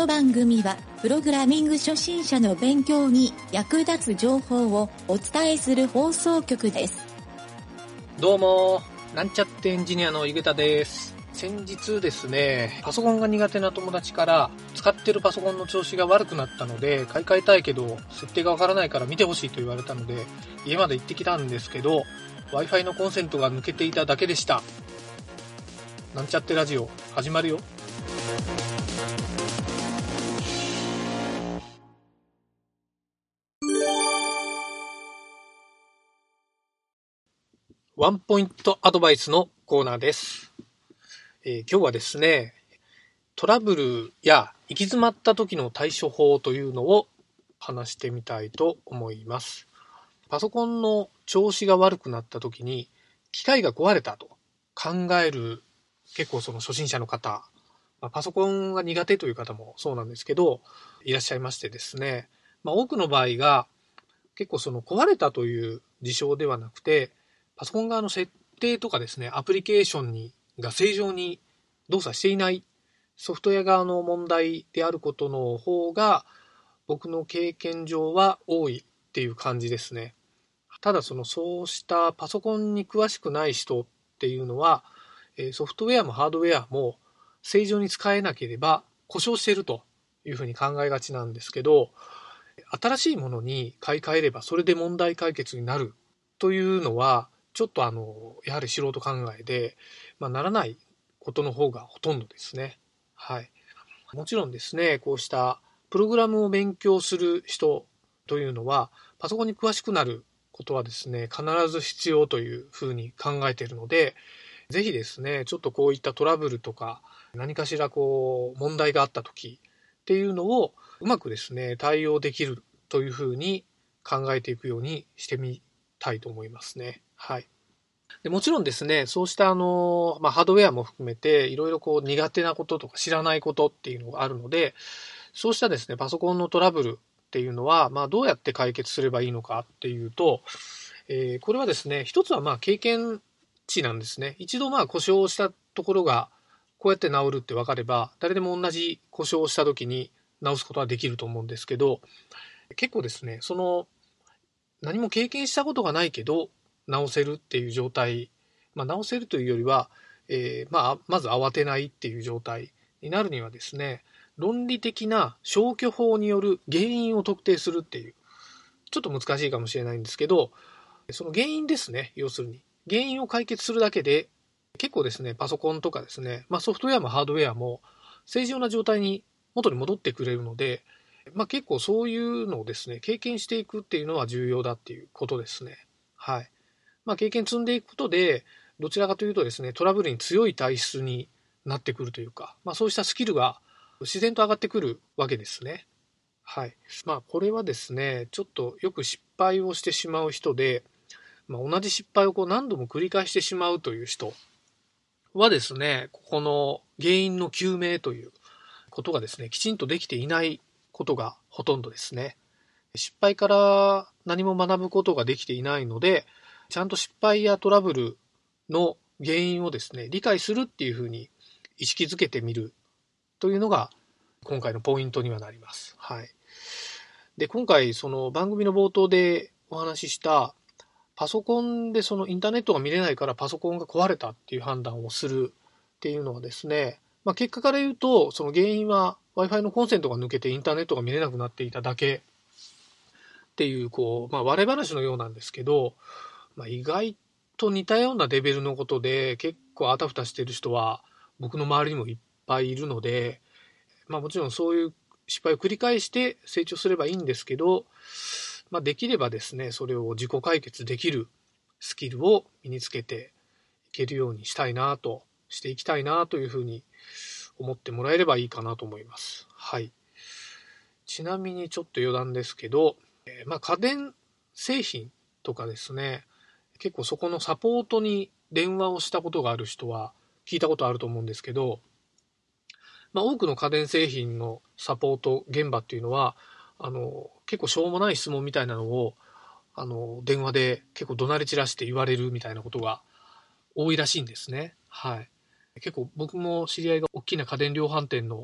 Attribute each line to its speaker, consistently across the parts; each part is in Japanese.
Speaker 1: の番組はプログラミング初心者の勉強に役立つ情報をお伝えする放送局です。
Speaker 2: どうも、なんちゃってエンジニアの井桁です。先日ですね、パソコンが苦手な友達から使ってるパソコンの調子が悪くなったので買い替えたいけど設定がわからないから見てほしいと言われたので家まで行ってきたんですけど Wi-Fi のコンセントが抜けていただけでした。なんちゃってラジオ始まるよ。ワンポイントアドバイスのコーナーです。今日はですね、トラブルや行き詰まった時の対処法というのを話してみたいと思います。パソコンの調子が悪くなった時に機械が壊れたと考える結構その初心者の方、パソコンが苦手という方もそうなんですけどいらっしゃいましてですね、多くの場合が結構その壊れたという事象ではなくてパソコン側の設定とかですね、アプリケーションが正常に動作していないソフトウェア側の問題であることの方が僕の経験上は多いっていう感じですね。ただそうしたパソコンに詳しくない人っていうのはソフトウェアもハードウェアも正常に使えなければ故障しているというふうに考えがちなんですけど、新しいものに買い替えればそれで問題解決になるというのはちょっとやはり素人考えで、ならないことの方がほとんどですね。はい。もちろんですね、こうしたプログラムを勉強する人というのは、パソコンに詳しくなることはですね、必ず必要というふうに考えているので、ぜひですね、ちょっとこういったトラブルとか、何かしら問題があった時っていうのをうまくですね、対応できるというふうに考えていくようにしてみたいと思いますね。はい。でもちろんですね、そうしたハードウェアも含めていろいろ苦手なこととか知らないことっていうのがあるので、そうしたですね、パソコンのトラブルっていうのは、どうやって解決すればいいのかっていうと、これはですね、一つは経験値なんですね。一度故障したところがこうやって治るって分かれば、誰でも同じ故障をした時に直すことはできると思うんですけど、結構ですね、何も経験したことがないけど直せるっていう状態、直せるというよりは、まず慌てないっていう状態になるにはですね、論理的な消去法による原因を特定するっていう、ちょっと難しいかもしれないんですけど、その原因ですね、要するに。原因を解決するだけで、結構ですね、パソコンとかですね、ソフトウェアもハードウェアも正常な状態に元に戻ってくれるので、結構そういうのをですね、経験していくっていうのは重要だっていうことですね。はい。経験積んでいくことで、どちらかというとですね、トラブルに強い体質になってくるというか、そうしたスキルが自然と上がってくるわけですね。はい。これはですね、ちょっとよく失敗をしてしまう人で、同じ失敗を何度も繰り返してしまうという人はですね、ここの原因の究明ということがですね、きちんとできていないことがほとんどですね。失敗から何も学ぶことができていないので、ちゃんと失敗やトラブルの原因をですね、理解するっていうふうに意識づけてみるというのが今回のポイントにはなります。はい。で、今回その番組の冒頭でお話ししたパソコンでそのインターネットが見れないからパソコンが壊れたっていう判断をするっていうのはですね、結果から言うとその原因は Wi-Fi のコンセントが抜けてインターネットが見れなくなっていただけっていう笑い話のようなんですけど、意外と似たようなレベルのことで結構あたふたしてる人は僕の周りにもいっぱいいるので、もちろんそういう失敗を繰り返して成長すればいいんですけど、できればですね、それを自己解決できるスキルを身につけていけるようにしていきたいなというふうに思ってもらえればいいかなと思います。はい。ちなみにちょっと余談ですけど、家電製品とかですね、結構そこのサポートに電話をしたことがある人は聞いたことあると思うんですけど、多くの家電製品のサポート現場っていうのは、結構しょうもない質問みたいなのを、電話で結構怒鳴り散らして言われるみたいなことが多いらしいんですね。はい。結構僕も知り合いが大きな家電量販店の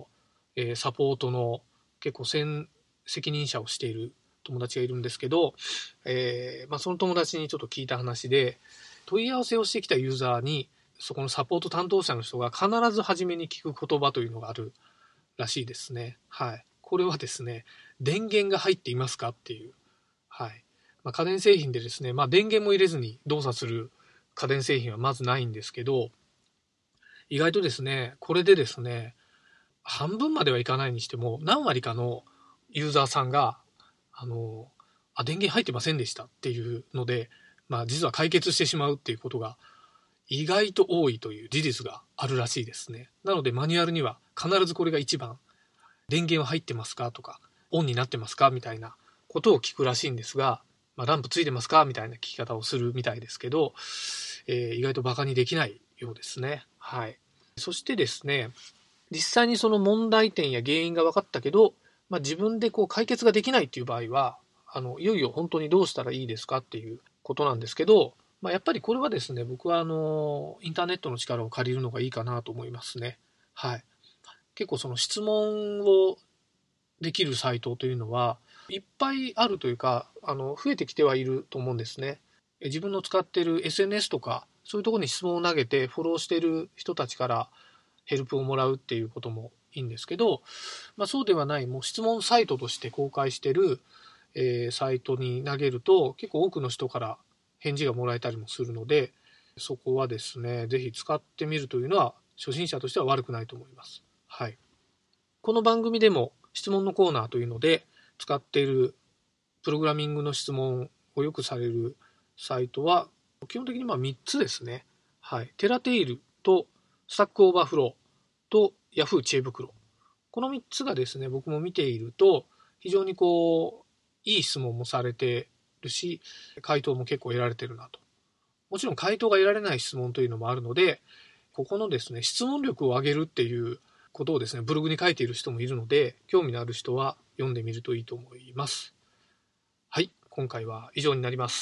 Speaker 2: サポートの結構責任者をしている友達がいるんですけど、その友達にちょっと聞いた話で、問い合わせをしてきたユーザーに、そこのサポート担当者の人が必ず初めに聞く言葉というのがあるらしいですね。はい。これはですね、電源が入っていますかっていう。はい。家電製品でですね、電源も入れずに動作する家電製品はまずないんですけど、意外とですね、これでですね、半分まではいかないにしても、何割かのユーザーさんが、電源入ってませんでしたっていうので、実は解決してしまうっていうことが意外と多いという事実があるらしいですね。なのでマニュアルには必ずこれが一番、電源は入ってますかとか、オンになってますかみたいなことを聞くらしいんですが、ランプついてますかみたいな聞き方をするみたいですけど、意外とバカにできないようですね。はい。そしてですね、実際にその問題点や原因が分かったけど、自分で解決ができないっていう場合は、いよいよ本当にどうしたらいいですかっていうことなんですけど、やっぱりこれはですね、僕はインターネットの力を借りるのがいいかなと思いますね。はい。結構その質問をできるサイトというのはいっぱいあるというか、増えてきてはいると思うんですね。自分の使っている SNS とか、そういうところに質問を投げてフォローしている人たちからヘルプをもらうっていうこともいいんですけど、そうではない、もう質問サイトとして公開している、サイトに投げると結構多くの人から返事がもらえたりもするので、そこはですね、ぜひ使ってみるというのは初心者としては悪くないと思います。はい。この番組でも質問のコーナーというので使っているプログラミングの質問をよくされるサイトは基本的に3つですね。はい。テラテイルとスタックオーバーフローと Yahoo 知恵袋。この3つがですね、僕も見ていると非常にいい質問もされてるし、回答も結構得られてるなと。もちろん回答が得られない質問というのもあるので、ここのですね、質問力を上げるっていうことをですね、ブログに書いている人もいるので、興味のある人は読んでみるといいと思います。はい、今回は以上になります。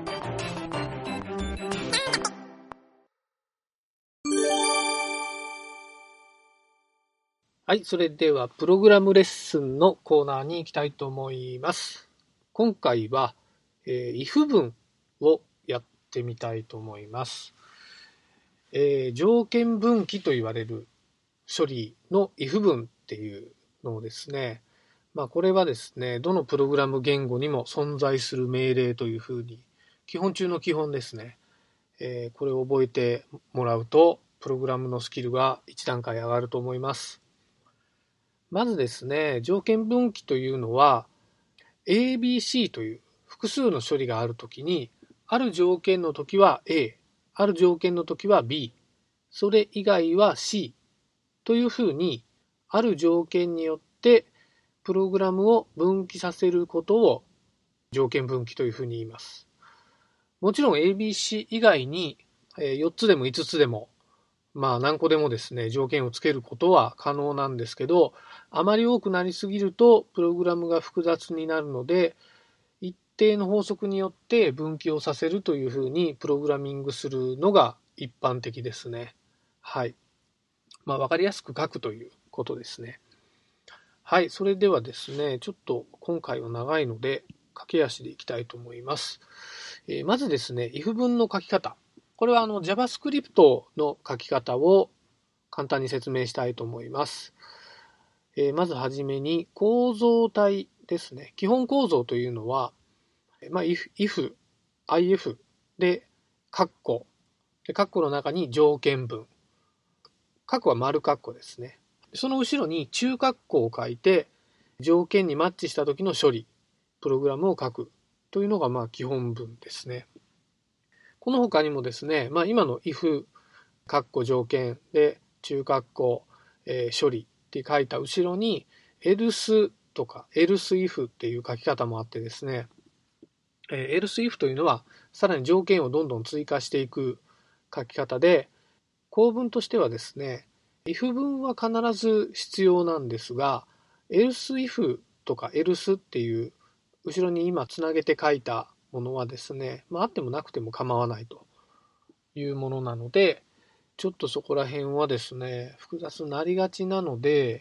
Speaker 2: はい、それではプログラムレッスンのコーナーに行きたいと思います。今回は、if 文をやってみたいと思います。条件分岐と言われる処理の if 文っていうのをですね、これはですね、どのプログラム言語にも存在する命令というふうに、基本中の基本ですね。これを覚えてもらうと、プログラムのスキルが一段階上がると思います。まずですね、条件分岐というのは、ABC という複数の処理があるときに、ある条件のときは A、ある条件のときは B、それ以外は C というふうに、ある条件によってプログラムを分岐させることを条件分岐というふうに言います。もちろん ABC 以外に4つでも5つでも何個でもですね、条件をつけることは可能なんですけど、あまり多くなりすぎるとプログラムが複雑になるので、一定の法則によって分岐をさせるというふうにプログラミングするのが一般的ですね。はい。わかりやすく書くということですね。はい、それではですね、ちょっと今回は長いので、駆け足でいきたいと思います。まずですね、if 文の書き方。これはJavaScript の書き方を簡単に説明したいと思います。まずはじめに構造体ですね。基本構造というのは、if、if で、カッコの中に条件文。カッコは丸カッコですね。その後ろに中括弧を書いて、条件にマッチした時の処理、プログラムを書くというのが基本文ですね。この他にもですね、今の if、括弧条件で中括弧、処理って書いた後ろに else とか else if っていう書き方もあってですね、else if というのはさらに条件をどんどん追加していく書き方で、構文としてはですね、if 文は必ず必要なんですが、else if とか else っていう後ろに今つなげて書いたものはですね、あってもなくても構わないというものなので、ちょっとそこら辺はですね、複雑になりがちなので、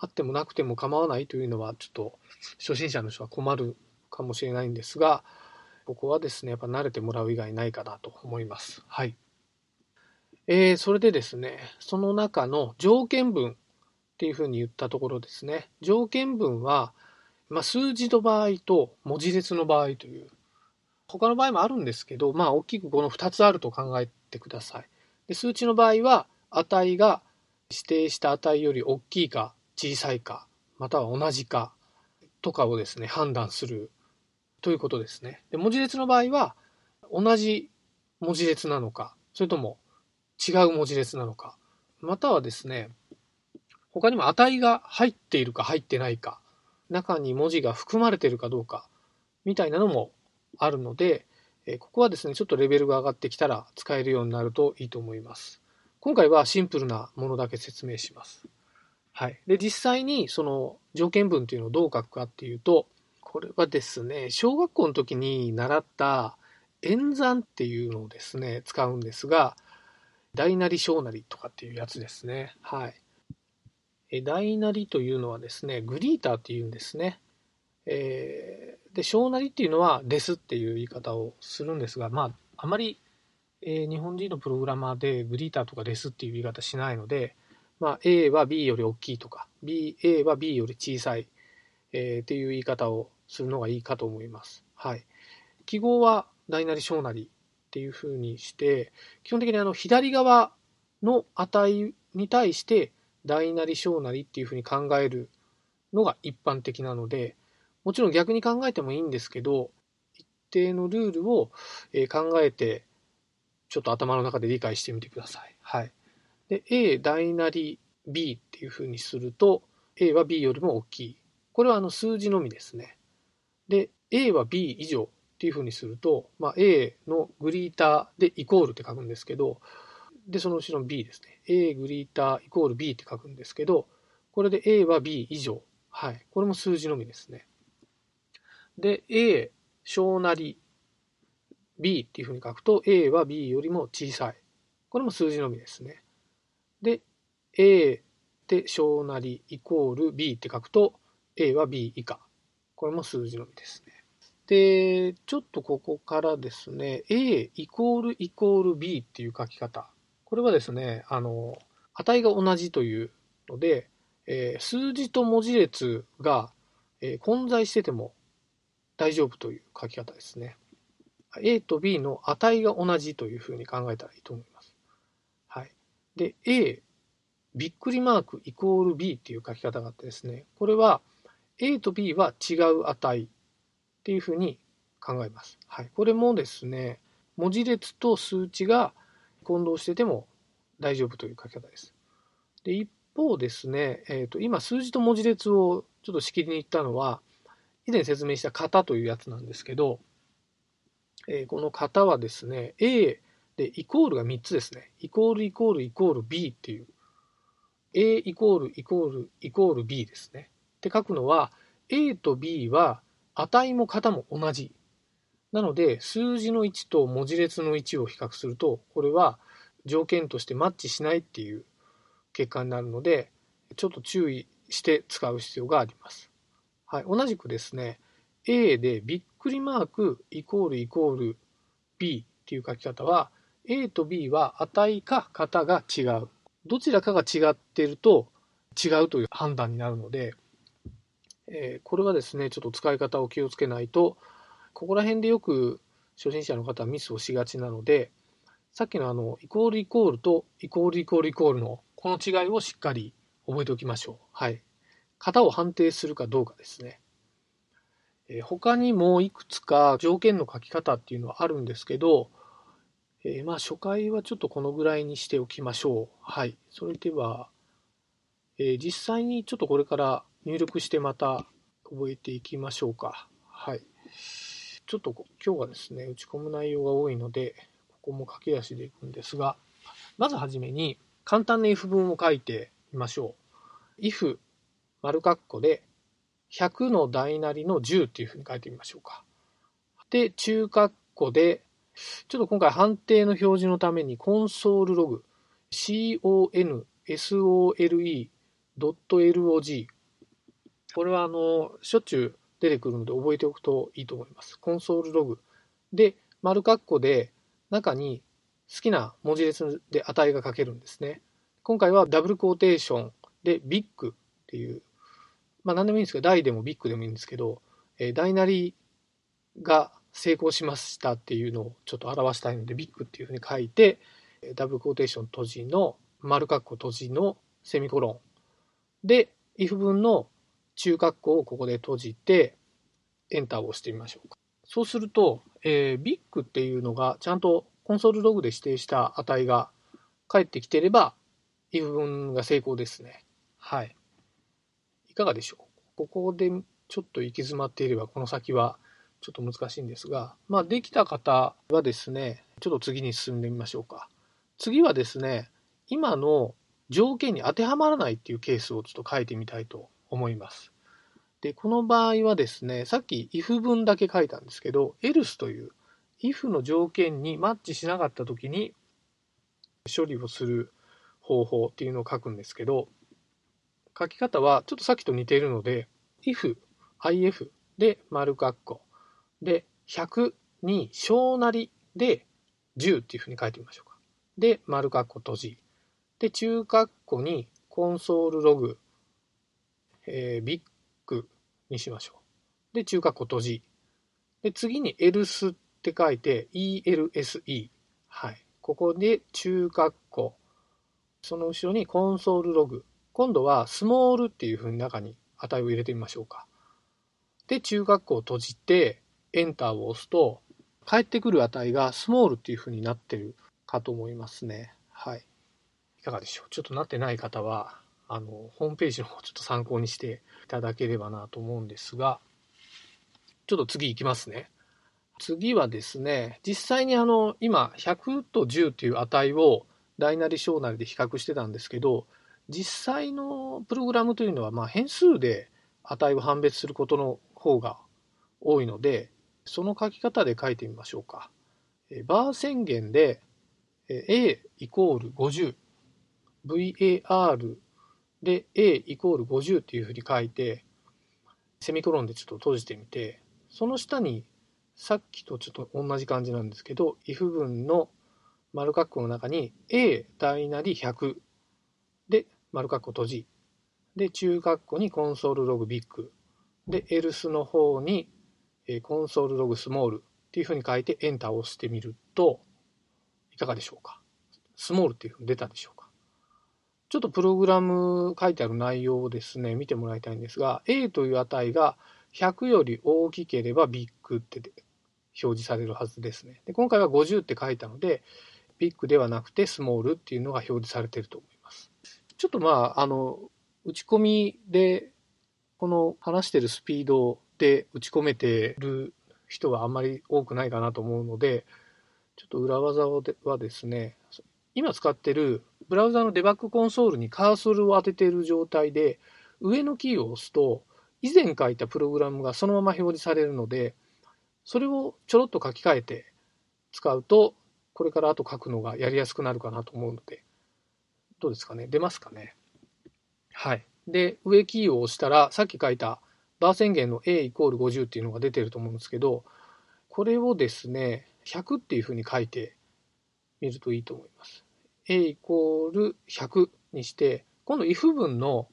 Speaker 2: あってもなくても構わないというのはちょっと初心者の人は困るかもしれないんですが、ここはですね、やっぱ慣れてもらう以外ないかなと思います。はい。それでですね、その中の条件文っていうふうに言ったところですね。条件文は、数字の場合と文字列の場合という、他の場合もあるんですけど、大きくこの2つあると考えてください。で、数値の場合は、値が指定した値より大きいか小さいか、または同じかとかをですね、判断するということですね。で、文字列の場合は、同じ文字列なのか、それとも違う文字列なのか、またはですね、他にも値が入っているか入ってないか、中に文字が含まれているかどうか、みたいなのもあるので、ここはですね、ちょっとレベルが上がってきたら使えるようになるといいと思います。今回はシンプルなものだけ説明します。はい。で、実際にその条件文というのをどう書くかっていうと、これはですね、小学校の時に習った演算っていうのをですね、使うんですが、大なり小なりとかっていうやつですね。はい。大なりというのはですね、グリーターっていうんですね。で、小なりっていうのはレスっていう言い方をするんですが、あまり、日本人のプログラマーでグリーターとかレスっていう言い方しないので、A は B より大きいとか、A は B より小さい、っていう言い方をするのがいいかと思います。はい。記号は大なり小なりっていう風にして、基本的に左側の値に対して大なり小なりっていう風に考えるのが一般的なので、もちろん逆に考えてもいいんですけど、一定のルールを考えて、ちょっと頭の中で理解してみてください。はい。で、A 大なり B っていう風にすると、A は B よりも大きい。これは数字のみですね。で、A は B 以上っていう風にすると、A のグリーターでイコールって書くんですけど、で、その後ろの B ですね。A グリーターイコール B って書くんですけど、これで A は B 以上。はい。これも数字のみですね。で、A 小なり B っていう風に書くと、A は B よりも小さい。これも数字のみですね。で、A で小なりイコール B って書くと、A は B 以下。これも数字のみですね。で、ちょっとここからですね、A イコールイコール B っていう書き方。これはですね、値が同じというので、数字と文字列が、混在してても大丈夫という書き方ですね。A と B の値が同じというふうに考えたらいいと思います。はい。で、A、びっくりマークイコール B っていう書き方があってですね、これは A と B は違う値っていうふうに考えます。はい。これもですね、文字列と数値が混同してても大丈夫という書き方です。で、一方ですね、今数字と文字列をちょっとしきりに言ったのは、以前説明した型というやつなんですけど、この型はですね、A でイコールが3つですね。イコールイコールイコール B っていう、A イコールイコールイコール B ですね。って書くのは、A と B は値も型も同じ。なので、数字の1と文字列の1を比較すると、これは条件としてマッチしないっていう結果になるので、ちょっと注意して使う必要があります。はい、同じくですね、A でびっくりマークイコールイコール B っていう書き方は、A と B は値か型が違う。どちらかが違っていると違うという判断になるので、これはですね、ちょっと使い方を気をつけないと、ここら辺でよく初心者の方はミスをしがちなので、さっきのイコールイコールとイコールイコールイコールのこの違いをしっかり覚えておきましょう。はい。型を判定するかどうかですね。他にもいくつか条件の書き方っていうのはあるんですけど、初回はちょっとこのぐらいにしておきましょう。はい。それでは、実際にちょっとこれから入力してまた覚えていきましょうか。はい。ちょっと今日はですね、打ち込む内容が多いので、ここも駆け足でいくんですが、まずはじめに簡単な if 文を書いてみましょう。if 丸括弧で100の大なりの10っていうふうに書いてみましょうか。で、中括弧で、ちょっと今回判定の表示のためにコンソールログ、CONSOLE .log。これはしょっちゅう出てくるので覚えておくといいと思います。コンソールログで、丸括弧で中に好きな文字列で値が書けるんですね。今回はダブルクォーテーションでビッグっていう、何でもいいんですけど、大でもビッグでもいいんですけど、大なりが成功しましたっていうのをちょっと表したいので、ビッグっていうふうに書いて、ダブルクォーテーション閉じの、丸括弧閉じのセミコロンで、if 文の中括弧をここで閉じて、エンターを押してみましょうか。そうすると、ビッグっていうのがちゃんとコンソールログで指定した値が返ってきていれば、if 文が成功ですね。はい。いかがでしょう。ここでちょっと行き詰まっていれば、この先はちょっと難しいんですが、できた方はですね、ちょっと次に進んでみましょうか。次はですね、今の条件に当てはまらないっていうケースをちょっと書いてみたいと思います。で、この場合はですね、さっき if 文だけ書いたんですけど、else という if の条件にマッチしなかったときに処理をする方法っていうのを書くんですけど、書き方はちょっとさっきと似ているので、if で丸括弧で100に小なりで10っていうふうに書いてみましょうか。で、丸括弧閉じ。で、中括弧にコンソールログ、ビッグにしましょう。で、中括弧閉じ。で、次に else って書いて ELSE。はい。ここで中括弧。その後ろにコンソールログ。今度はスモールっていう風に中に値を入れてみましょうか。で、中括弧を閉じて、エンターを押すと、返ってくる値がスモールっていう風になってるかと思いますね。はい。いかがでしょう。ちょっとなってない方は、ホームページの方ちょっと参考にしていただければなと思うんですが、ちょっと次いきますね。次はですね、実際に今、100と10っていう値を大なり小なりで比較してたんですけど、実際のプログラムというのは、変数で値を判別することの方が多いので、その書き方で書いてみましょうか。バー宣言で A イコール50、var で A イコール50っていうふうに書いて、セミコロンでちょっと閉じてみて、その下にさっきとちょっと同じ感じなんですけど、if 文の丸括弧の中に A 大なり100で丸括弧閉じ。で、中括弧にコンソールログビッグ。で、else の方にコンソールログスモールっていうふうに書いてエンターを押してみると、いかがでしょうか。スモールっていうふうに出たでしょうか。ちょっとプログラム書いてある内容をですね、見てもらいたいんですが、A という値が100より大きければビッグって表示されるはずですね。で、今回は50って書いたので、ビッグではなくてスモールっていうのが表示されていると思います。ちょっと打ち込みで、この話してるスピードで打ち込めてる人はあんまり多くないかなと思うので、ちょっと裏技はですね、今使ってるブラウザのデバッグコンソールにカーソルを当てている状態で、上のキーを押すと、以前書いたプログラムがそのまま表示されるので、それをちょろっと書き換えて使うと、これから後書くのがやりやすくなるかなと思うので、どうですかね。出ますかね。はい。で、上キーを押したら、さっき書いたバー宣言の A イコール50っていうのが出てると思うんですけど、これをですね、100っていうふうに書いてみるといいと思います。A イコール100にして、今度 if 文の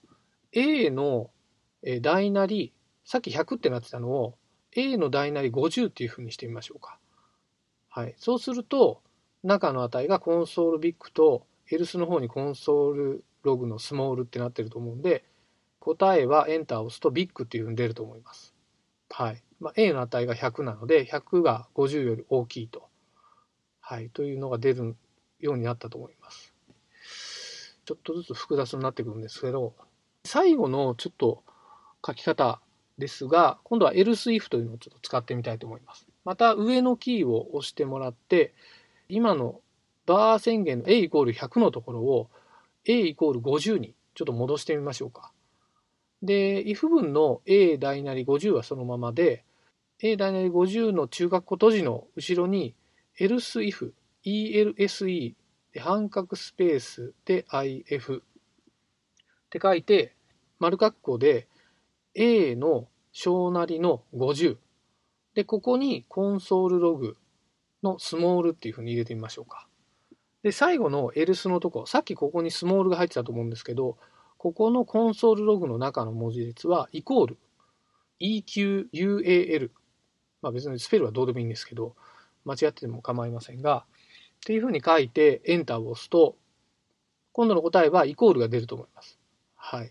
Speaker 2: A の大なり、さっき100ってなってたのを A の大なり50っていうふうにしてみましょうか。はい。そうすると、中の値がコンソールビッグと else の方にコンソールログのスモールってなってると思うんで、答えはエンターを押すとビッグっていうふうに出ると思います。はい。A の値が100なので、100が50より大きいと。はい。というのが出るようになったと思います。ちょっとずつ複雑になってくるんですけど、最後のちょっと書き方ですが、今度は else if というのをちょっと使ってみたいと思います。また上のキーを押してもらって、今のバー宣言の A イコール100のところを A イコール50にちょっと戻してみましょうか。で、if 文の A 大なり50はそのままで、A 大なり50の中括弧閉じの後ろに else if、ELSE で半角スペースで IF って書いて、丸括弧で A の小なりの50。で、ここにコンソールログのスモールっていう風に入れてみましょうか。で、最後の else のとこ、さっきここにスモールが入ってたと思うんですけど、ここのコンソールログの中の文字列はイコール EQUAL。別にスペルはどうでもいいんですけど、間違ってても構いませんが、っていう風に書いてエンターを押すと、今度の答えはイコールが出ると思います。はい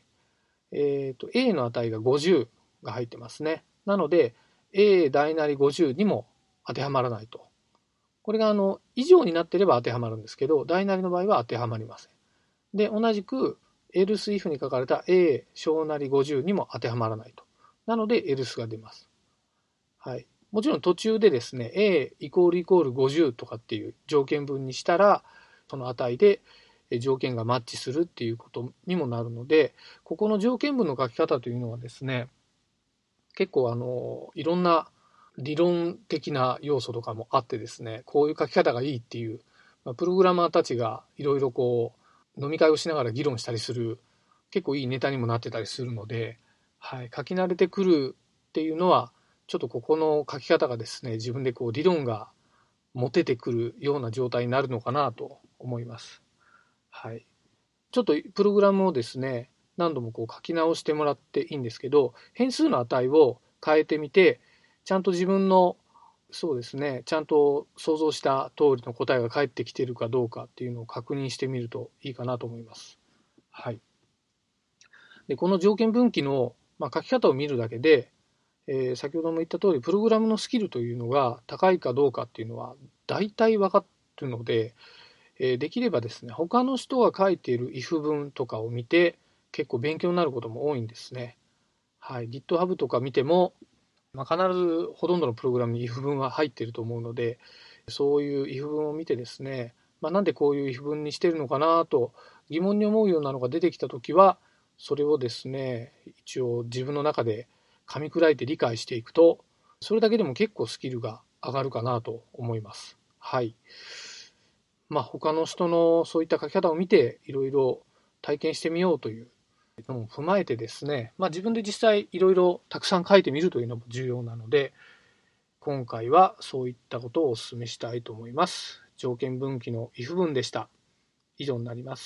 Speaker 2: 。A の値が50が入ってますね。なので、A 大なり50にも当てはまらないと。これが以上になっていれば当てはまるんですけど、大なりの場合は当てはまりません。で、同じく else if に書かれた A 小なり50にも当てはまらないと。なので else が出ます。はい。もちろん途中でですね、A イコールイコール50とかっていう条件文にしたら、その値で条件がマッチするっていうことにもなるので、ここの条件文の書き方というのはですね、結構いろんな理論的な要素とかもあってですね、こういう書き方がいいっていう、プログラマーたちがいろいろこう飲み会をしながら議論したりする結構いいネタにもなってたりするので、はい、書き慣れてくるっていうのはちょっとここの書き方がですね、自分でこう理論が持ててくるような状態になるのかなと思います。はい。ちょっとプログラムをですね、何度もこう書き直してもらっていいんですけど、変数の値を変えてみて、ちゃんと自分の、そうですね、ちゃんと想像した通りの答えが返ってきているかどうかっていうのを確認してみるといいかなと思います。はい。で、この条件分岐の、書き方を見るだけで、先ほども言った通り、プログラムのスキルというのが高いかどうかっていうのは大体分かるので、できればですね、他の人が書いている if 文とかを見て、結構勉強になることも多いんですね。はい、GitHub とか見ても、必ずほとんどのプログラムに if 文は入っていると思うので、そういう if 文を見てですね、なんでこういう if 文にしてるのかなと疑問に思うようなのが出てきたときは、それをですね、一応自分の中で噛み砕いて理解していくと、それだけでも結構スキルが上がるかなと思います。はい。他の人のそういった書き方を見ていろいろ体験してみようというのも踏まえてですね、自分で実際いろいろたくさん書いてみるというのも重要なので、今回はそういったことをお勧めしたいと思います。条件分岐の if 文でした。以上になります。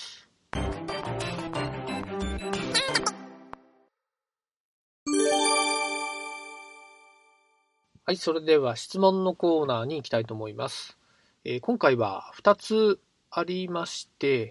Speaker 2: はい、それでは質問のコーナーに行きたいと思います。今回は2つありまして、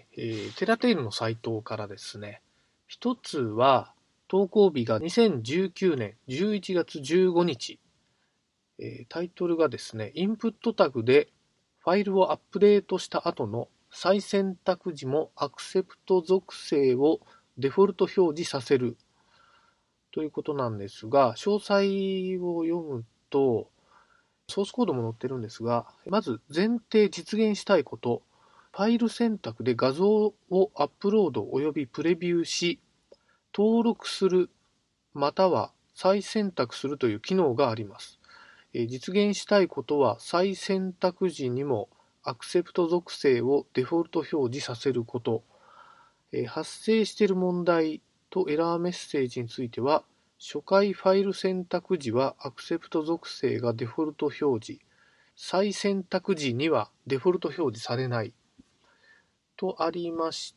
Speaker 2: テラテールのサイトからですね、1つは投稿日が2019年11月15日、タイトルがですね、インプットタグでファイルをアップデートした後の再選択時もアクセプト属性をデフォルト表示させるということなんですが、詳細を読むと、ソースコードも載ってるんですが、まず前提実現したいこと、ファイル選択で画像をアップロード及びプレビューし、登録するまたは再選択するという機能があります。実現したいことは再選択時にもアクセプト属性をデフォルト表示させること、発生している問題とエラーメッセージについては、初回ファイル選択時はアクセプト属性がデフォルト表示、再選択時にはデフォルト表示されないとありまして、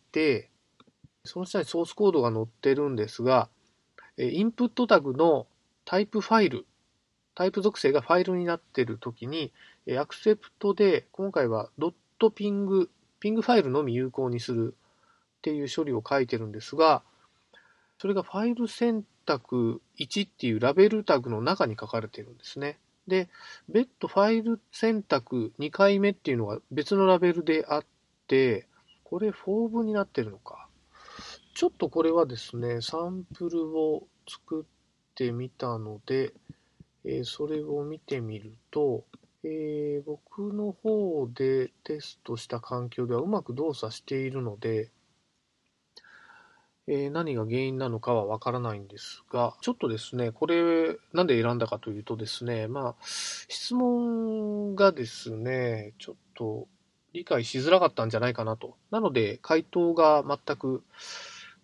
Speaker 2: その下にソースコードが載ってるんですが、インプットタグのタイプファイル、タイプ属性がファイルになっているときに、アクセプトで今回はドットピングファイルのみ有効にするっていう処理を書いてるんですが、それがファイル選択1っていうラベルタグの中に書かれているんですね。で、別途ファイル選択2回目っていうのが別のラベルであって、これ4分になってるのか。ちょっとこれはですね、サンプルを作ってみたので、それを見てみると、僕の方でテストした環境ではうまく動作しているので、何が原因なのかはわからないんですが、ちょっとですね、これなんで選んだかというとですね、質問がですね、ちょっと理解しづらかったんじゃないかなと。なので、回答が全く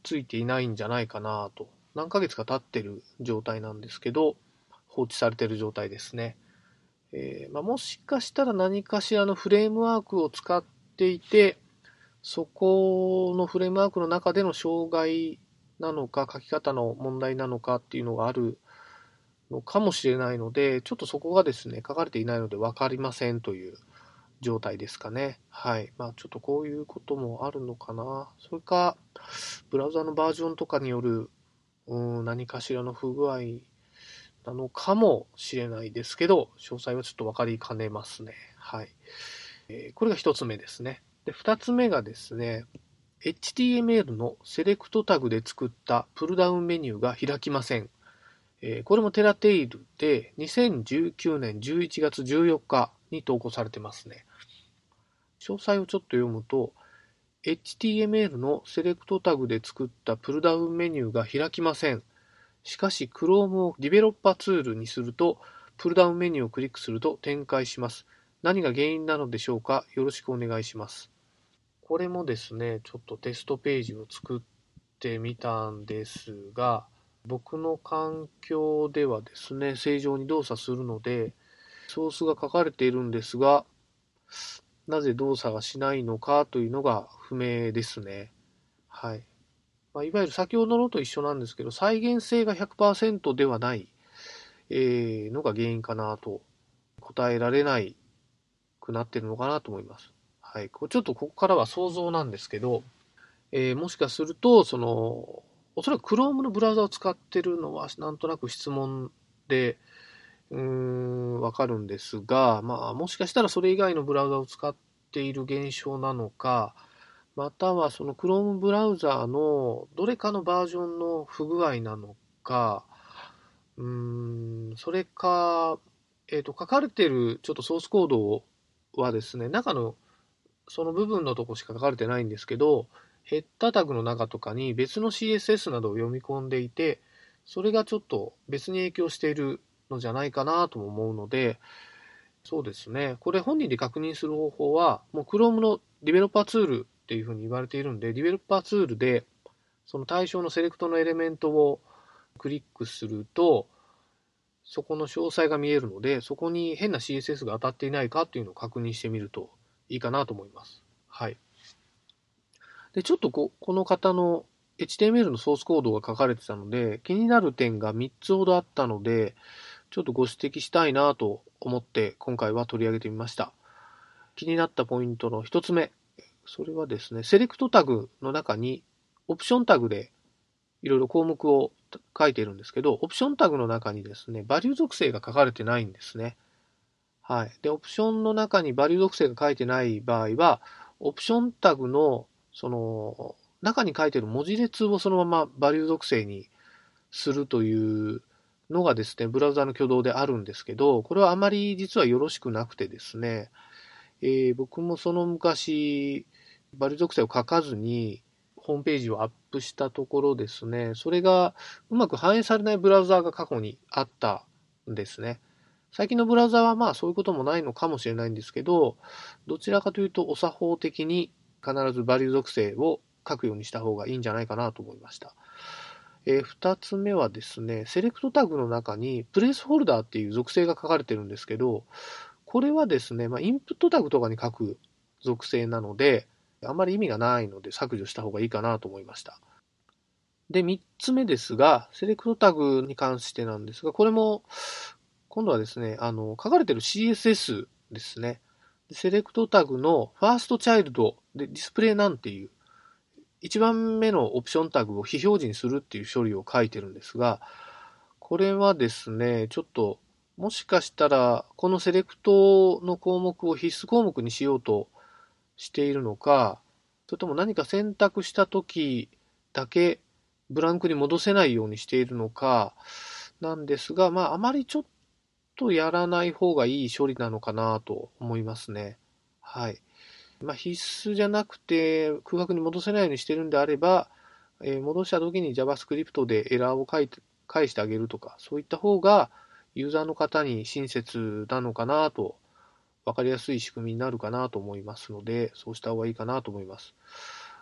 Speaker 2: ついていないんじゃないかなと。何ヶ月か経ってる状態なんですけど、放置されてる状態ですね。もしかしたら何かしらのフレームワークを使っていて、そこのフレームワークの中での障害なのか、書き方の問題なのかっていうのがあるのかもしれないので、ちょっとそこがですね、書かれていないので分かりませんという状態ですかね。はい。ちょっとこういうこともあるのかな。それか、ブラウザのバージョンとかによる、何かしらの不具合なのかもしれないですけど、詳細はちょっと分かりかねますね。はい。これが一つ目ですね。で、二つ目がですね、HTML のセレクトタグで作ったプルダウンメニューが開きません。これもテラテイルで2019年11月14日に投稿されてますね。詳細をちょっと読むと、HTML のセレクトタグで作ったプルダウンメニューが開きません。しかし Chrome をディベロッパーツールにすると、プルダウンメニューをクリックすると展開します。何が原因なのでしょうか？よろしくお願いします。これもですね、ちょっとテストページを作ってみたんですが、僕の環境ではですね、正常に動作するので、ソースが書かれているんですが、なぜ動作がしないのかというのが不明ですね。はい。いわゆる先ほどのと一緒なんですけど、再現性が 100% ではない、のが原因かなと答えられないくなっているのかなと思います。はい。ちょっとここからは想像なんですけど、もしかすると、おそらく Chrome のブラウザを使ってるのは、なんとなく質問で、わかるんですが、もしかしたらそれ以外のブラウザを使っている現象なのか、またはその Chrome ブラウザーのどれかのバージョンの不具合なのか、それか、書かれているちょっとソースコードはですね、中のその部分のとこしか書かれてないんですけど、ヘッダタグの中とかに別の CSS などを読み込んでいて、それがちょっと別に影響しているのじゃないかなとも思うので、そうですね。これ本人で確認する方法は、もう Chrome のディベロッパーツールっていうふうに言われているんで、ディベロッパーツールで、その対象のセレクトのエレメントをクリックすると、そこの詳細が見えるので、そこに変な CSS が当たっていないかっていうのを確認してみるといいかなと思います。はい。で、ちょっとこの方の HTML のソースコードが書かれてたので、気になる点が3つほどあったので、ちょっとご指摘したいなと思って今回は取り上げてみました。気になったポイントの1つ目。それはですね、セレクトタグの中にオプションタグでいろいろ項目を書いているんですけど、オプションタグの中にですね、バリュー属性が書かれてないんですね。はい。で、オプションの中にバリュー属性が書いてない場合は、オプションタグの、中に書いてある文字列をそのままバリュー属性にするというのがですね、ブラウザの挙動であるんですけど、これはあまり実はよろしくなくてですね、僕もその昔、バリュー属性を書かずに、ホームページをアップしたところですね、それがうまく反映されないブラウザが過去にあったんですね。最近のブラウザはそういうこともないのかもしれないんですけど、どちらかというとお作法的に必ずバリュー属性を書くようにした方がいいんじゃないかなと思いました。二つ目はですね、セレクトタグの中にプレイスホルダーっていう属性が書かれてるんですけど、これはですね、インプットタグとかに書く属性なので、あまり意味がないので削除した方がいいかなと思いました。で、三つ目ですが、セレクトタグに関してなんですが、これも今度はですね、書かれてる CSS ですね。セレクトタグのファーストチャイルドでディスプレイなんていう一番目のオプションタグを非表示にするっていう処理を書いてるんですが、これはですね、ちょっともしかしたらこのセレクトの項目を必須項目にしようとしているのか、それとも何か選択した時だけブランクに戻せないようにしているのかなんですが、あまりちょっとやらない方がいい処理なのかなと思いますね。はい。必須じゃなくて空白に戻せないようにしてるんであれば、戻した時に JavaScript でエラーを返してあげるとか、そういった方がユーザーの方に親切なのかなと、わかりやすい仕組みになるかなと思いますので、そうした方がいいかなと思います。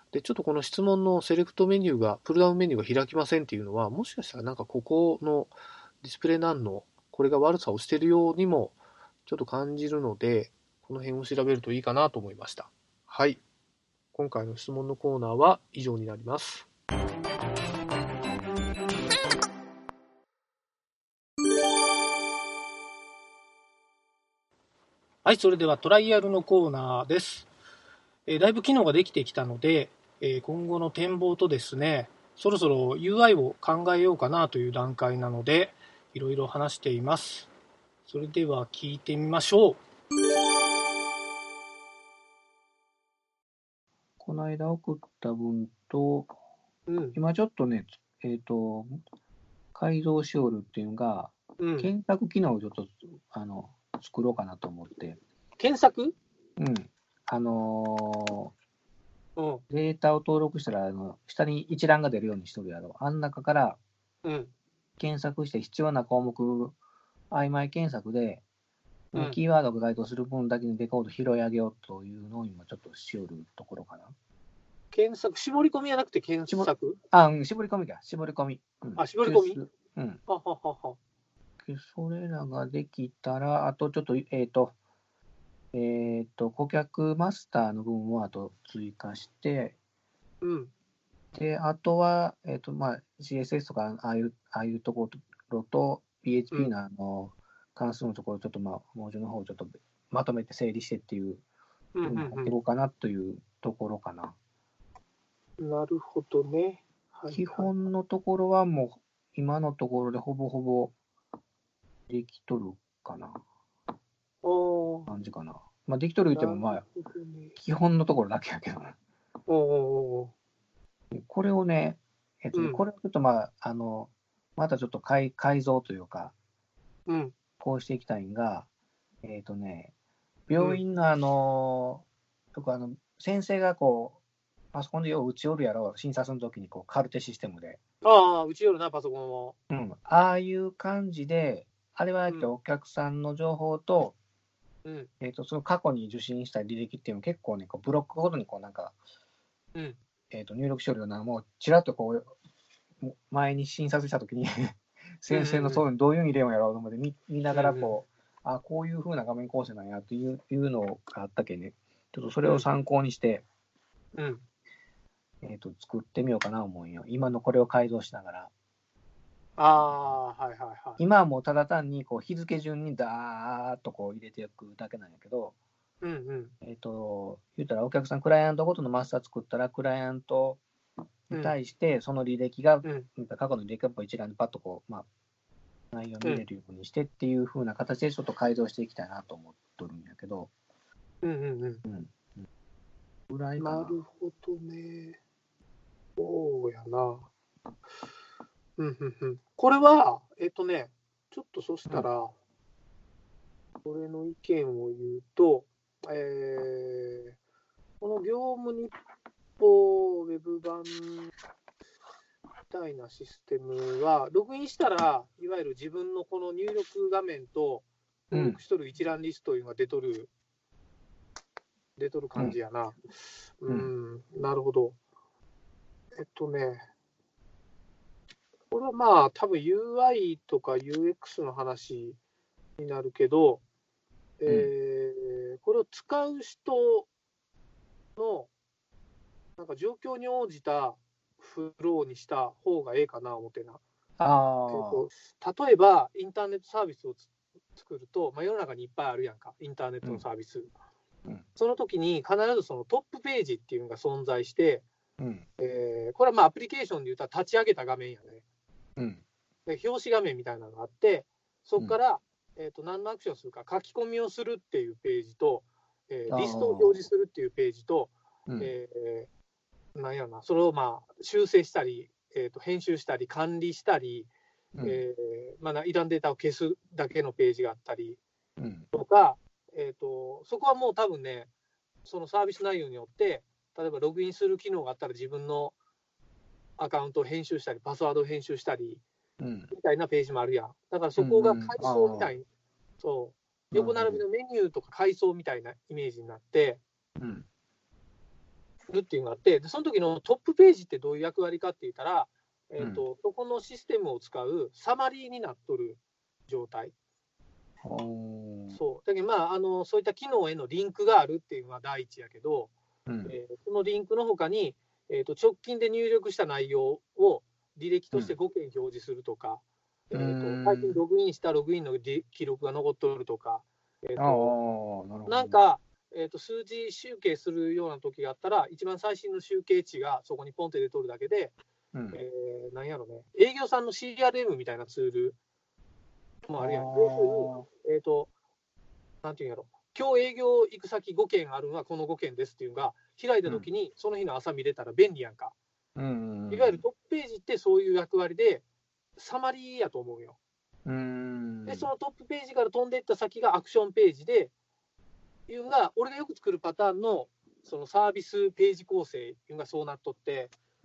Speaker 2: で、ちょっとこの質問のセレクトメニューが、プルダウンメニューが開きませんっていうのは、もしかしたらなんかここのディスプレイなんの、これが悪さをしているようにもちょっと感じるので、この辺を調べるといいかなと思いました。はい。今回の質問のコーナーは以上になります。はい、それではトライアルのコーナーです。だいぶ機能ができてきたので、今後の展望とですね、そろそろ UI を考えようかなという段階なので、いろいろ話しています。それでは聞いてみましょう。
Speaker 3: この間送った分と、
Speaker 2: うん。
Speaker 3: 今ちょっとね、改造しおるっていうのが、
Speaker 2: うん。
Speaker 3: 検索機能をちょっと作ろうかなと思って、
Speaker 2: 検索？
Speaker 3: うん。
Speaker 2: うん。
Speaker 3: データを登録したら、下に一覧が出るようにしとるやろ。あん中から
Speaker 2: うん。
Speaker 3: 検索して必要な項目、曖昧検索で、
Speaker 2: うん
Speaker 3: キーワードが該当する分だけにデコード拾い上げようというのを今ちょっとしおるところかな。
Speaker 2: 検索、絞り込みじゃなくて検索？
Speaker 3: 絞り込みか。絞り込み。
Speaker 2: 絞り込み？
Speaker 3: うん。
Speaker 2: はははは。
Speaker 3: それらができたら、あとちょっと、顧客マスターの分をあと追加して、
Speaker 2: うん。
Speaker 3: で、あとは、CSS とか、ああいうところと、PHP の関数のところ、ちょっと文字の方をちょっとまとめて整理してっていうふうにやっていこうかなというところかな。
Speaker 2: なるほどね。はい、
Speaker 3: 基本のところはもう、今のところでほぼほぼできとるかな。感じかな。できとる言っても、基本のところだけやけど。これをね、これをちょっとまたちょっと改造というか、こうしていきたいんが、病院の、とか先生がこう、パソコンでよう打ち寄るやろ、診察の時にこうカルテシステムで。
Speaker 2: 打ち寄るな、パソコンを。
Speaker 3: ああいう感じで、あれはお客さんの情報と、その過去に受診した履歴っていうのを結構ね、ブロックごとにこうなんか、入力しよるような、もうちらっとこう、前に診察したときに先生のそういうのどういうふうに入れようやろうと思って見ながらこう、こういうふうな画面構成なんやっていうのがあったけね、ちょっとそれを参考にして、作ってみようかな思うんよ。今のこれを改造しながら。今はもうただ単にこう日付順にダーッとこう入れていくだけなんやけど、言うたらお客さん、クライアントごとのマスター作ったら、クライアントに対してその履歴が、過去の履歴が一覧でパッとこう、内容を見れるようにしてっていう風な形でちょっと改造していきたいなと思っとるんやけど。ぐらいかな。
Speaker 2: なるほどね。そうやな。これは、ちょっとそしたら、これの意見を言うと、この業務日報ウェブ版みたいなシステムは、ログインしたら、いわゆる自分のこの入力画面と、登録しとる一覧リストというのが出とる感じやな。なるほど。これは多分 UI とか UX の話になるけど、これを使う人のなんか状況に応じたフローにした方がええかな思ってな。例えばインターネットサービスを作ると、世の中にいっぱいあるやんか、インターネットのサービス。その時に必ずそのトップページっていうのが存在して、これはアプリケーションで言ったら立ち上げた画面やね。で表紙画面みたいなのがあって、そこから、何のアクションするか、書き込みをするっていうページと、リストを表示するっていうページと、なんやろな、それを修正したり、編集したり、管理したり、いらんデータを消すだけのページがあったりとか、そこはもう多分ね、そのサービス内容によって、例えばログインする機能があったら自分のアカウントを編集したり、パスワードを編集したり、みたいなページもあるやん。だからそこが階層みたいに、横並びのメニューとか階層みたいなイメージになって、 るっていうのがあって、でその時のトップページってどういう役割かって言ったら、そこのシステムを使うサマリーになっとる状態。そうだけど、そういった機能へのリンクがあるっていうのは第一やけど、そのリンクのほかに、直近で入力した内容を履歴として5件表示するとか、最近ログインしたログインの記録が残っとるとか、なんか、数字集計するような時があったら、一番最新の集計値がそこにポンって出とるだけで、なんやろね、営業さんの CRM みたいなツールもあるやん。なんていうんやろ、今日営業行く先5件あるのはこの5件ですっていうのが、開いたときにその日の朝見れたら便利やんか。いわゆるトップページってそういう役割で、サマリーやと思うよ。で、そのトップページから飛んでいった先がアクションページで、いうのが、俺がよく作るパターンのそのサービスページ構成いうのがそうなっとって、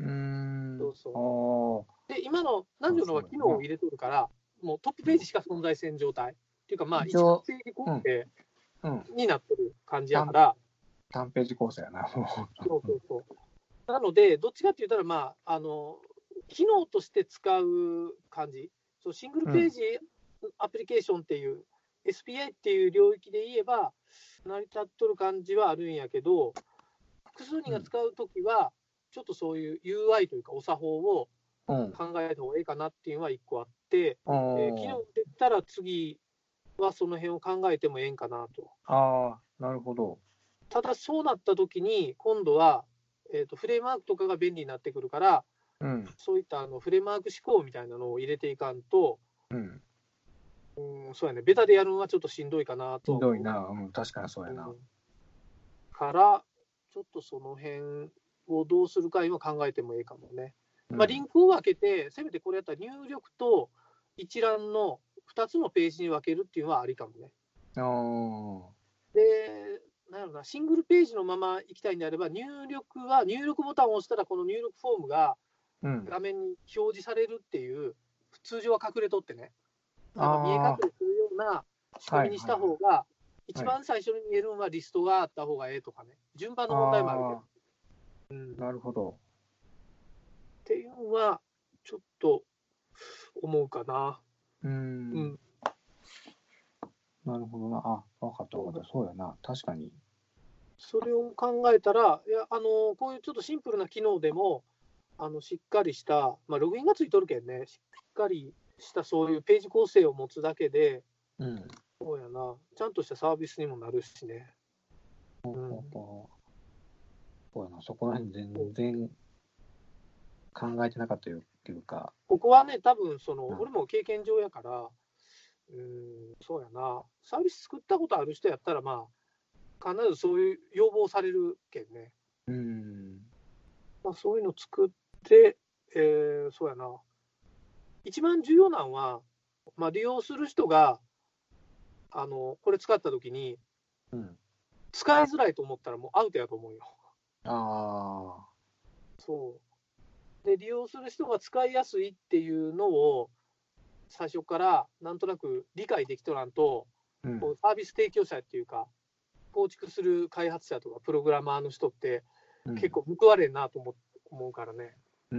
Speaker 2: で、今の何条のは機能を入れとるから、もうトップページしか存在せん状態。っていうか、1ページ構成になってる感じやから。
Speaker 3: 単ページ構成やな。
Speaker 2: なので、どっちかって言ったら、機能として使う感じ。シングルページアプリケーションっていう、SPI っていう領域で言えば、成り立っとる感じはあるんやけど、複数人が使うときは、ちょっとそういう UI というか、お作法を考えた方がいいかなっていうのは1個あって、機能で言ったら次はその辺を考えてもええんかなと。
Speaker 3: なるほど。
Speaker 2: ただ、そうなったときに、今度は、フレームワークとかが便利になってくるから、そういったフレームワーク思考みたいなのを入れていかんと、そうやね、ベタでやるのはちょっとしんどいかなと。
Speaker 3: しんどいな、確かにそうやな。
Speaker 2: から、ちょっとその辺をどうするか今考えてもいいかもね。リンクを分けて、せめてこれやったら入力と一覧の2つのページに分けるっていうのはありかもね。で、なんやろな、シングルページのまま行きたいんであれば、入力ボタンを押したら、この入力フォームが画面に表示されるっていう、通常は隠れとってね、なんか見え隠れするような仕組みにした方が、一番最初に見えるのはリストがあった方がええとかね、順番の問題もあるけど。
Speaker 3: なるほど。
Speaker 2: っていうのは、ちょっと思うかな。
Speaker 3: なるほどな。分かった。そうやな。確かに。
Speaker 2: それを考えたら、こういうちょっとシンプルな機能でも、しっかりした、ログインがついとるけんね、しっかりしたそういうページ構成を持つだけで、そうやな、ちゃんとしたサービスにもなるしね。
Speaker 3: そうやな、そこら辺全然考えてなかったよっていうか。
Speaker 2: ここはね、多分俺も経験上やから、そうやな、サービス作ったことある人やったら、必ずそういう要望されるけんね。そういうの作って、そうやな、一番重要なのは、利用する人が、これ使ったときに、使いづらいと思ったらもうアウトやと思うよ。そうで、利用する人が使いやすいっていうのを最初からなんとなく理解できとらんと、こうサービス提供者っていうか、構築する開発者とかプログラマーの人って結構報われんなと思うからね。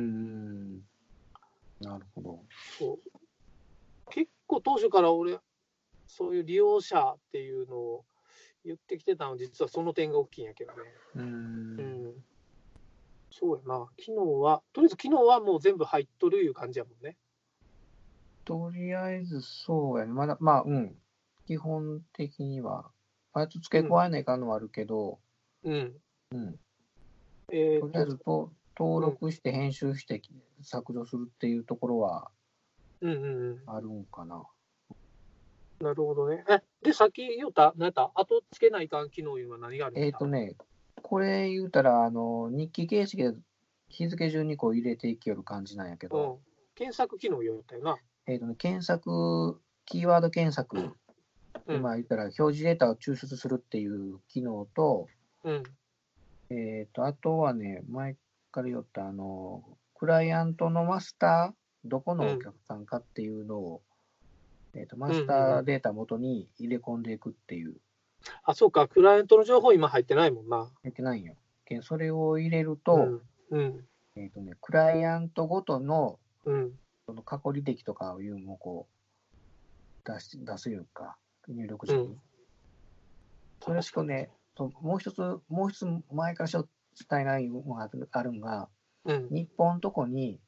Speaker 3: なるほど。
Speaker 2: 結構当初から俺、そういう利用者っていうのを言ってきてたの、実はその点が大きいんやけどね。そうやな、機能は、とりあえず機能はもう全部入っとるいう感じやもんね。
Speaker 3: とりあえずそうやね。まだ、基本的には、付け加えないかんのはあるけど、とりあえず登録して編集して削除するっていうところはあるんかな。
Speaker 2: なるほどね。で、さっき言った、後つけないかん機能いうのは何があるんだ？
Speaker 3: これ言うたら、日記形式で日付順にこう入れていきよる感じなんやけど、
Speaker 2: 検索機能言ったよな。
Speaker 3: 検索、キーワード検索、言ったら表示データを抽出するっていう機能と、あとはね、前から言った、クライアントのマスター、どこのお客さんかっていうのを、マスターデータ元に入れ込んでいくっていう。
Speaker 2: そうか、クライアントの情報今入ってないもんな。
Speaker 3: 入ってないんよ。 それを入れると、クライアントごとの、その過去履歴とかいうのをこう出すいうか、入力時に。それしかね、もう一つ前から伝えないのがあるのが、日本のとこに、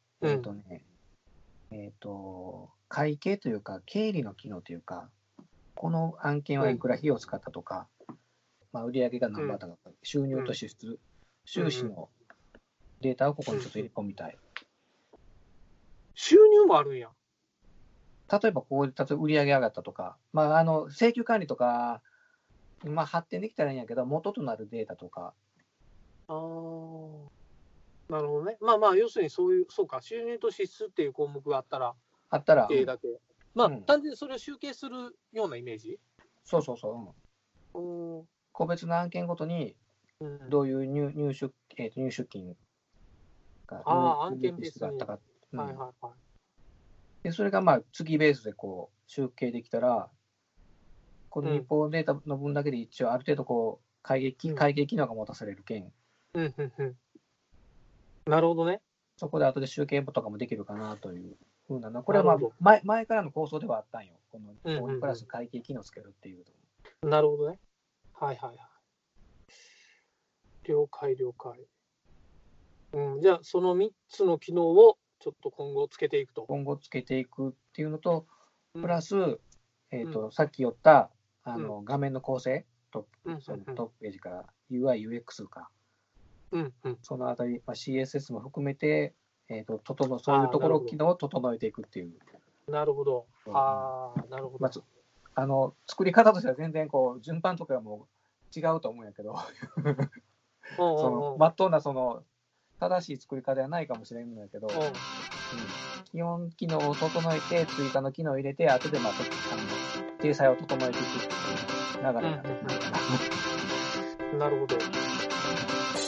Speaker 3: 会計というか、経理の機能というか、この案件はいくら費用を使ったとか、売上が何バーとか、収入と支出、収支のデータをここにちょっと入れ込みたい。
Speaker 2: 収入もあるんや。
Speaker 3: 例えば、売上上がったとか、請求管理とか、発展できたらいいんやけど、元となるデータとか。
Speaker 2: なるほどね。要するにそうか、収入と支出っていう項目があったら、だけ。単純にそれを集計するようなイメージ？
Speaker 3: そう。個別の案件ごとに、どういう入出金が、
Speaker 2: 案件ベース
Speaker 3: があったか。
Speaker 2: はい。
Speaker 3: で、それが月ベースでこう集計できたら、この日報データの分だけで一応ある程度こう会計機能が持たされるけん。
Speaker 2: なるほどね。
Speaker 3: そこで後で集計とかもできるかなというふうなの。これは前からの構想ではあったんよ。このプラス会計機能つけるっていう。
Speaker 2: なるほどね。はい。了解。じゃあ、その3つの機能をちょっと今後つけていくと。
Speaker 3: 今後つけていくっていうのと、プラス、さっき言った画面の構成、トップページから UI、UX か、そのあたり、CSS も含めて、そういうところ機能を整えていくっていう。
Speaker 2: なるほど。なるほど。
Speaker 3: 作り方としては全然こう順番とかも違うと思うんやけど、まっとうな正しい作り方ではないかもしれないんだけど、基本機能を整えて、追加の機能を入れて、後で体裁を整えていくっていう流れになる。
Speaker 2: なるほど。